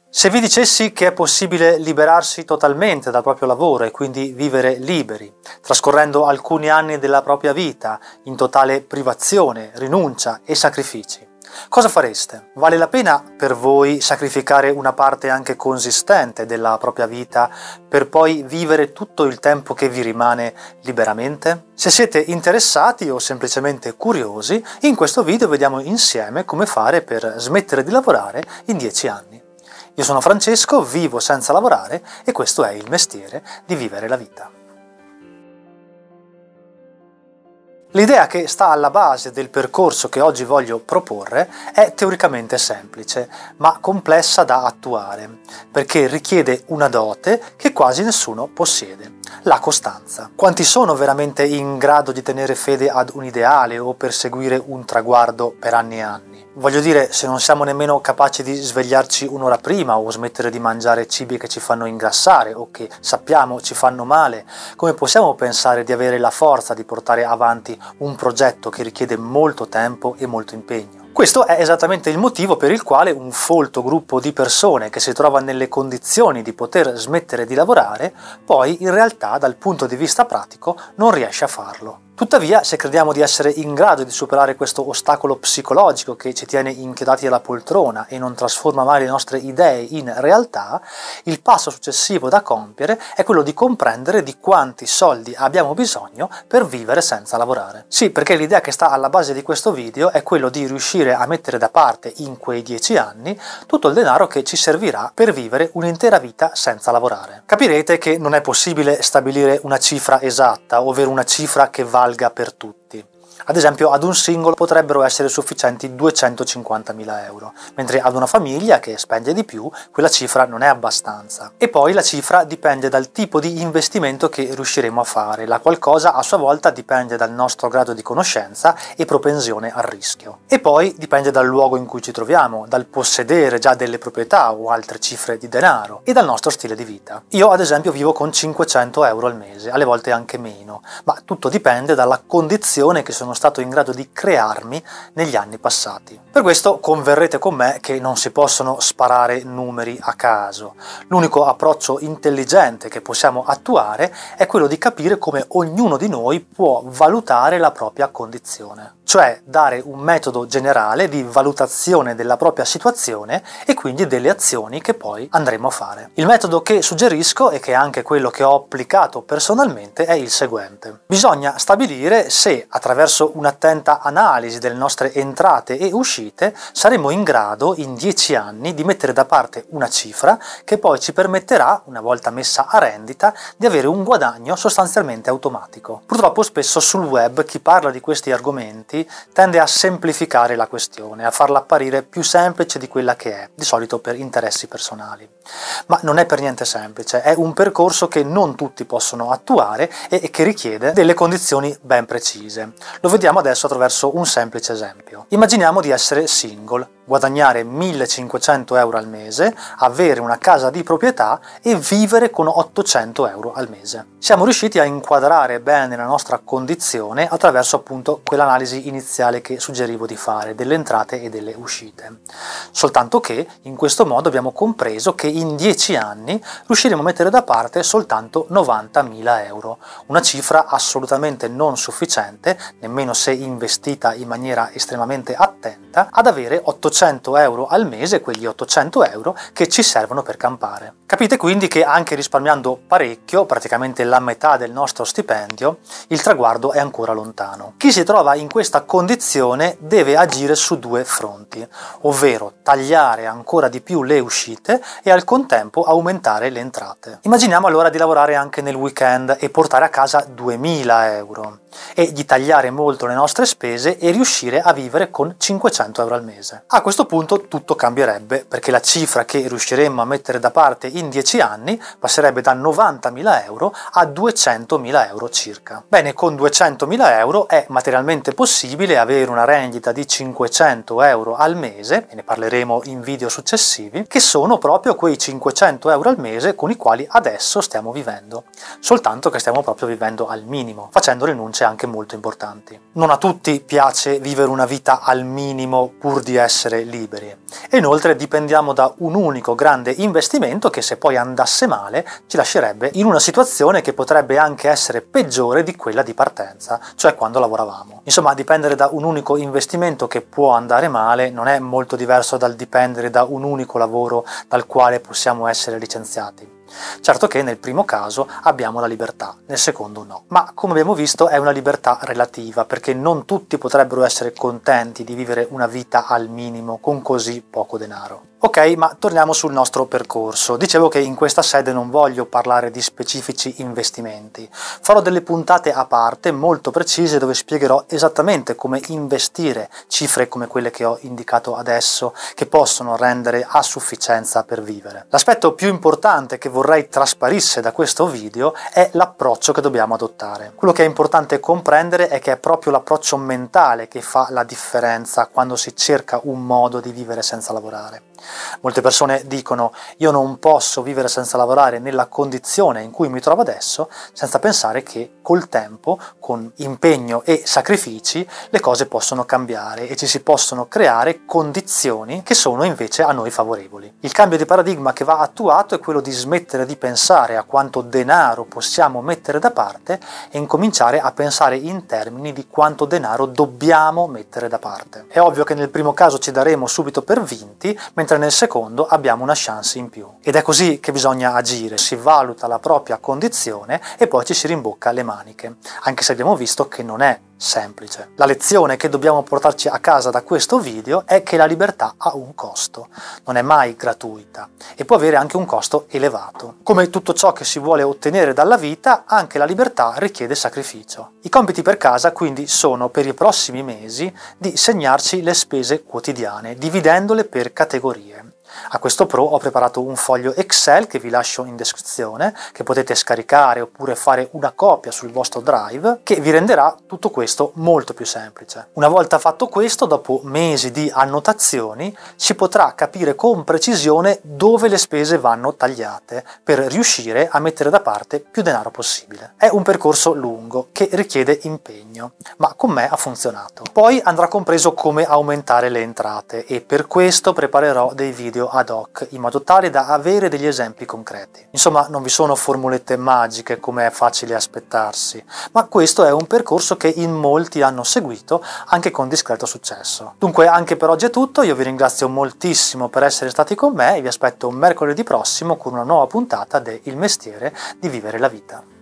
Se vi dicessi che è possibile liberarsi totalmente dal proprio lavoro e quindi vivere liberi, trascorrendo alcuni anni della propria vita in totale privazione, rinuncia e sacrifici, cosa fareste? Vale la pena per voi sacrificare una parte anche consistente della propria vita per poi vivere tutto il tempo che vi rimane liberamente? Se siete interessati o semplicemente curiosi, in questo video vediamo insieme come fare per smettere di lavorare in 10 anni. Io sono Francesco, vivo senza lavorare e questo è il mestiere di vivere la vita. L'idea che sta alla base del percorso che oggi voglio proporre è teoricamente semplice, ma complessa da attuare, perché richiede una dote che quasi nessuno possiede: la costanza. Quanti sono veramente in grado di tenere fede ad un ideale o perseguire un traguardo per anni e anni? Voglio dire, se non siamo nemmeno capaci di svegliarci un'ora prima o smettere di mangiare cibi che ci fanno ingrassare o che sappiamo ci fanno male, come possiamo pensare di avere la forza di portare avanti un progetto che richiede molto tempo e molto impegno? Questo è esattamente il motivo per il quale un folto gruppo di persone che si trova nelle condizioni di poter smettere di lavorare, poi in realtà dal punto di vista pratico non riesce a farlo. Tuttavia, se crediamo di essere in grado di superare questo ostacolo psicologico che ci tiene inchiodati alla poltrona e non trasforma mai le nostre idee in realtà, il passo successivo da compiere è quello di comprendere di quanti soldi abbiamo bisogno per vivere senza lavorare. Sì, perché l'idea che sta alla base di questo video è quello di riuscire a mettere da parte in quei 10 anni tutto il denaro che ci servirà per vivere un'intera vita senza lavorare. Capirete che non è possibile stabilire una cifra esatta, ovvero una cifra che valga per tutti. Ad esempio, ad un singolo potrebbero essere sufficienti 250.000 euro, mentre ad una famiglia che spende di più quella cifra non è abbastanza. E poi la cifra dipende dal tipo di investimento che riusciremo a fare, la qualcosa a sua volta dipende dal nostro grado di conoscenza e propensione al rischio. E poi dipende dal luogo in cui ci troviamo, dal possedere già delle proprietà o altre cifre di denaro e dal nostro stile di vita. Io ad esempio vivo con 500 euro al mese, alle volte anche meno, ma tutto dipende dalla condizione che sono stato in grado di crearmi negli anni passati. Per questo converrete con me che non si possono sparare numeri a caso. L'unico approccio intelligente che possiamo attuare è quello di capire come ognuno di noi può valutare la propria condizione, cioè dare un metodo generale di valutazione della propria situazione e quindi delle azioni che poi andremo a fare. Il metodo che suggerisco e che è anche quello che ho applicato personalmente è il seguente. Bisogna stabilire se attraverso un'attenta analisi delle nostre entrate e uscite saremo in grado in 10 anni di mettere da parte una cifra che poi ci permetterà, una volta messa a rendita, di avere un guadagno sostanzialmente automatico. Purtroppo spesso sul web chi parla di questi argomenti tende a semplificare la questione, a farla apparire più semplice di quella che è, di solito per interessi personali. Ma non è per niente semplice, è un percorso che non tutti possono attuare e che richiede delle condizioni ben precise. Lo vediamo adesso attraverso un semplice esempio. Immaginiamo di essere single, guadagnare 1.500 euro al mese, avere una casa di proprietà e vivere con 800 euro al mese. Siamo riusciti a inquadrare bene la nostra condizione attraverso appunto quell'analisi iniziale che suggerivo di fare, delle entrate e delle uscite. Soltanto che in questo modo abbiamo compreso che in 10 anni riusciremo a mettere da parte soltanto 90.000 euro, una cifra assolutamente non sufficiente, nemmeno se investita in maniera estremamente attenta, ad avere 800 euro al mese, quegli 800 euro che ci servono per campare. Capite quindi che anche risparmiando parecchio, praticamente la metà del nostro stipendio, il traguardo è ancora lontano. Chi si trova in questa condizione deve agire su due fronti, ovvero tagliare ancora di più le uscite e al contempo aumentare le entrate. Immaginiamo allora di lavorare anche nel weekend e portare a casa 2.000 euro e di tagliare molto le nostre spese e riuscire a vivere con 500 euro al mese. A questo punto tutto cambierebbe, perché la cifra che riusciremmo a mettere da parte in 10 anni passerebbe da 90.000 euro a 200.000 euro circa. Bene, con 200.000 euro è materialmente possibile avere una rendita di 500 euro al mese, e ne parleremo in video successivi, che sono proprio quei 500 euro al mese con i quali adesso stiamo vivendo, soltanto che stiamo proprio vivendo al minimo, facendo rinunce anche molto importanti. Non a tutti piace vivere una vita al minimo pur di essere essere liberi. E inoltre dipendiamo da un unico grande investimento che, se poi andasse male, ci lascerebbe in una situazione che potrebbe anche essere peggiore di quella di partenza, cioè quando lavoravamo. Insomma, dipendere da un unico investimento che può andare male non è molto diverso dal dipendere da un unico lavoro dal quale possiamo essere licenziati. Certo che nel primo caso abbiamo la libertà, nel secondo no. Ma come abbiamo visto è una libertà relativa, perché non tutti potrebbero essere contenti di vivere una vita al minimo con così poco denaro. Ok, ma torniamo sul nostro percorso. Dicevo che in questa sede non voglio parlare di specifici investimenti. Farò delle puntate a parte molto precise dove spiegherò esattamente come investire cifre come quelle che ho indicato adesso, che possono rendere a sufficienza per vivere. L'aspetto più importante che vorrei trasparisse da questo video è l'approccio che dobbiamo adottare. Quello che è importante comprendere è che è proprio l'approccio mentale che fa la differenza quando si cerca un modo di vivere senza lavorare. Molte persone dicono: io non posso vivere senza lavorare nella condizione in cui mi trovo adesso, senza pensare che col tempo, con impegno e sacrifici, le cose possono cambiare e ci si possono creare condizioni che sono invece a noi favorevoli. Il cambio di paradigma che va attuato è quello di smettere di pensare a quanto denaro possiamo mettere da parte e incominciare a pensare in termini di quanto denaro dobbiamo mettere da parte. È ovvio che nel primo caso ci daremo subito per vinti, mentre nel secondo abbiamo una chance in più. Ed è così che bisogna agire: si valuta la propria condizione e poi ci si rimbocca le maniche, anche se abbiamo visto che non è semplice. La lezione che dobbiamo portarci a casa da questo video è che la libertà ha un costo, non è mai gratuita e può avere anche un costo elevato. Come tutto ciò che si vuole ottenere dalla vita, anche la libertà richiede sacrificio. I compiti per casa quindi sono, per i prossimi mesi, di segnarci le spese quotidiane, dividendole per categorie. A questo pro ho preparato un foglio Excel che vi lascio in descrizione, che potete scaricare oppure fare una copia sul vostro Drive, che vi renderà tutto questo molto più semplice. Una volta fatto questo, dopo mesi di annotazioni, si potrà capire con precisione dove le spese vanno tagliate per riuscire a mettere da parte più denaro possibile. È un percorso lungo che richiede impegno, ma con me ha funzionato. Poi andrà compreso come aumentare le entrate e per questo preparerò dei video ad hoc in modo tale da avere degli esempi concreti. Insomma, non vi sono formulette magiche come è facile aspettarsi, ma questo è un percorso che in molti hanno seguito anche con discreto successo. Dunque, anche per oggi è tutto. Io vi ringrazio moltissimo per essere stati con me e vi aspetto mercoledì prossimo con una nuova puntata de Il mestiere di vivere la vita.